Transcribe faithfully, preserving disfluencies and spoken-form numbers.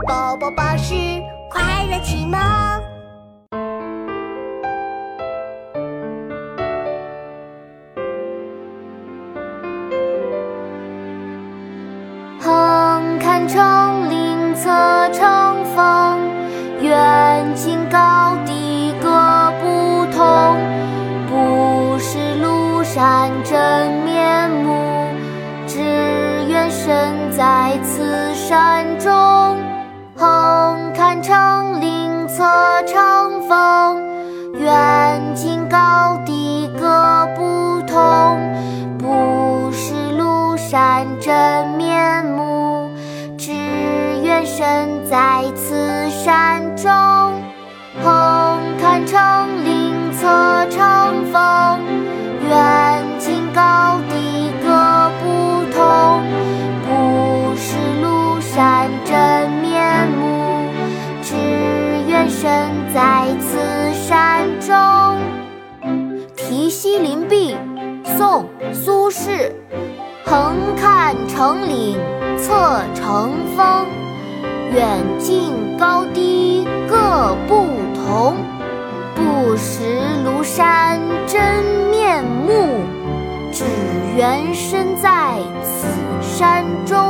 宝宝巴士快乐启蒙。 横看成岭侧成峰，远近高低各不同。不识庐山真面目，只缘身在此山中。横看成岭侧成峰，远近高低各不同。不识庐山真面目，只缘身在此山中。横看成岭侧成峰，远近高低各不同。不识庐山真面目，只缘身在此山中。题西林壁，宋·苏轼。横看成岭侧成峰，远近高低各不同。不识庐山真面目，只缘身在此山中。